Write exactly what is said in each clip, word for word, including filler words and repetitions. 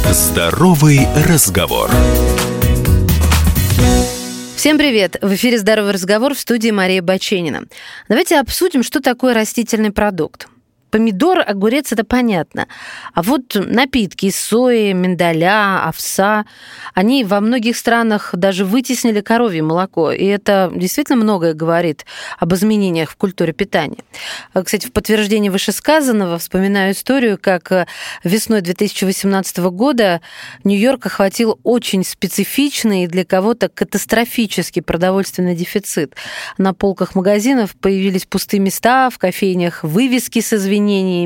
Здоровый разговор. Всем привет! В эфире «Здоровый разговор», в студии Мария Баченина. Давайте обсудим, что такое растительный продукт. Помидор, огурец – это понятно. А вот напитки из сои, миндаля, овса, они во многих странах даже вытеснили коровье молоко. И это действительно многое говорит об изменениях в культуре питания. Кстати, в подтверждение вышесказанного вспоминаю историю, как весной две тысячи восемнадцатого года Нью-Йорк охватил очень специфичный и для кого-то катастрофический продовольственный дефицит. На полках магазинов появились пустые места, в кофейнях вывески с извинениями,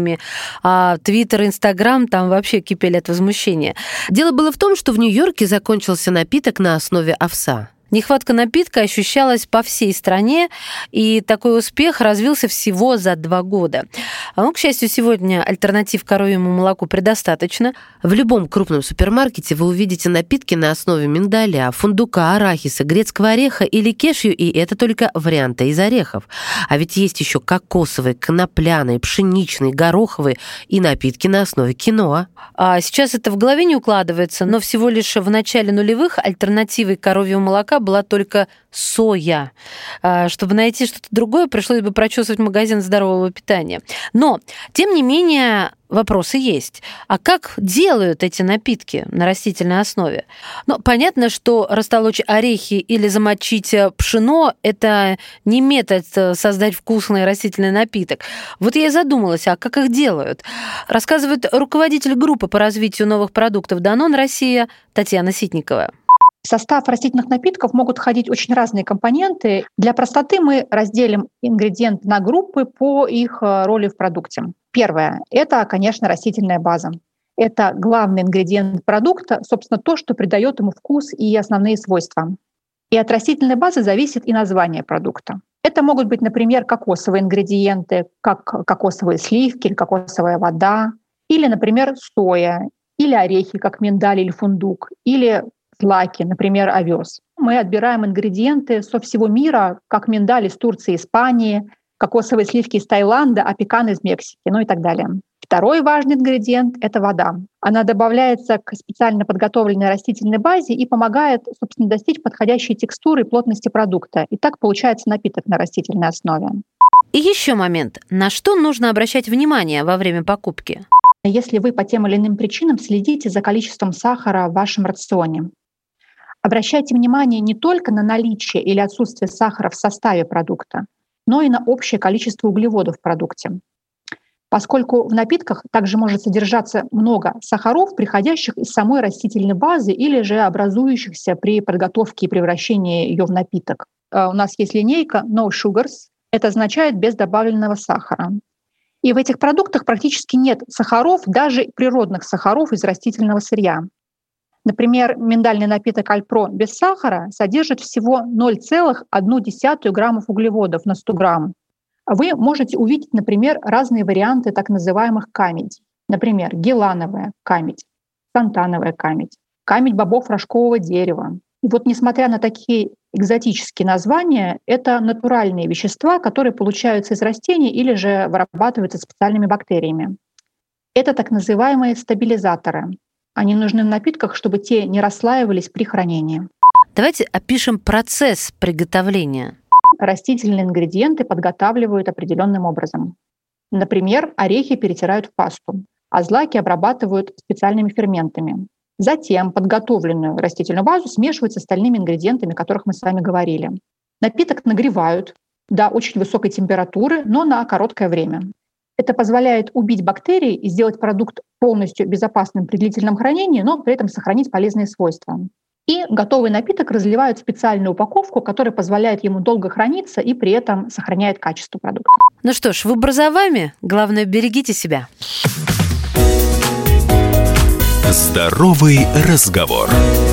а Твиттер, Инстаграм там вообще кипели от возмущения. Дело было в том, что в Нью-Йорке закончился напиток на основе овса. Нехватка напитка ощущалась по всей стране, и такой успех развился всего за два года. Ну, к счастью, сегодня альтернатив коровьему молоку предостаточно. В любом крупном супермаркете вы увидите напитки на основе миндаля, фундука, арахиса, грецкого ореха или кешью, и это только варианты из орехов. А ведь есть еще кокосовые, конопляные, пшеничные, гороховые и напитки на основе киноа. А сейчас это в голове не укладывается, но всего лишь в начале нулевых альтернативой коровьего молока была только соя. Чтобы найти что-то другое, пришлось бы прочесывать магазин здорового питания. Но, тем не менее, вопросы есть. А как делают эти напитки на растительной основе? Ну, понятно, что растолочь орехи или замочить пшено – это не метод создать вкусный растительный напиток. Вот я и задумалась, а как их делают? Рассказывает руководитель группы по развитию новых продуктов «Данон Россия» Татьяна Ситникова. В состав растительных напитков могут входить очень разные компоненты. Для простоты мы разделим ингредиенты на группы по их роли в продукте. Первое — это, конечно, растительная база. Это главный ингредиент продукта, собственно, то, что придает ему вкус и основные свойства. И от растительной базы зависит и название продукта. Это могут быть, например, кокосовые ингредиенты, как кокосовые сливки или кокосовая вода, или, например, соя, или орехи, как миндаль или фундук, или злаки, например, овес. Мы отбираем ингредиенты со всего мира, как миндаль из Турции, Испании, кокосовые сливки из Таиланда, а пекан из Мексики, ну и так далее. Второй важный ингредиент — это вода. Она добавляется к специально подготовленной растительной базе и помогает, собственно, достичь подходящей текстуры и плотности продукта. И так получается напиток на растительной основе. И еще момент. На что нужно обращать внимание во время покупки? Если вы по тем или иным причинам следите за количеством сахара в вашем рационе, обращайте внимание не только на наличие или отсутствие сахара в составе продукта, но и на общее количество углеводов в продукте. Поскольку в напитках также может содержаться много сахаров, приходящих из самой растительной базы или же образующихся при подготовке и превращении ее в напиток. У нас есть линейка No Sugars, это означает без добавленного сахара. И в этих продуктах практически нет сахаров, даже природных сахаров из растительного сырья. Например, миндальный напиток Альпро без сахара содержит всего ноль целых одну десятую граммов углеводов на сто грамм. Вы можете увидеть, например, разные варианты так называемых камедь. Например, гелановая камедь, сантановая камедь, камедь бобов рожкового дерева. И вот несмотря на такие экзотические названия, это натуральные вещества, которые получаются из растений или же вырабатываются специальными бактериями. Это так называемые стабилизаторы. Они нужны в напитках, чтобы те не расслаивались при хранении. Давайте опишем процесс приготовления. Растительные ингредиенты подготавливают определенным образом. Например, орехи перетирают в пасту, а злаки обрабатывают специальными ферментами. Затем подготовленную растительную базу смешивают с остальными ингредиентами, о которых мы с вами говорили. Напиток нагревают до очень высокой температуры, но на короткое время. Это позволяет убить бактерии и сделать продукт полностью безопасным при длительном хранении, но при этом сохранить полезные свойства. И готовый напиток разливают в специальную упаковку, которая позволяет ему долго храниться и при этом сохраняет качество продукта. Ну что ж, выбор за вами. Главное, берегите себя. Здоровый разговор.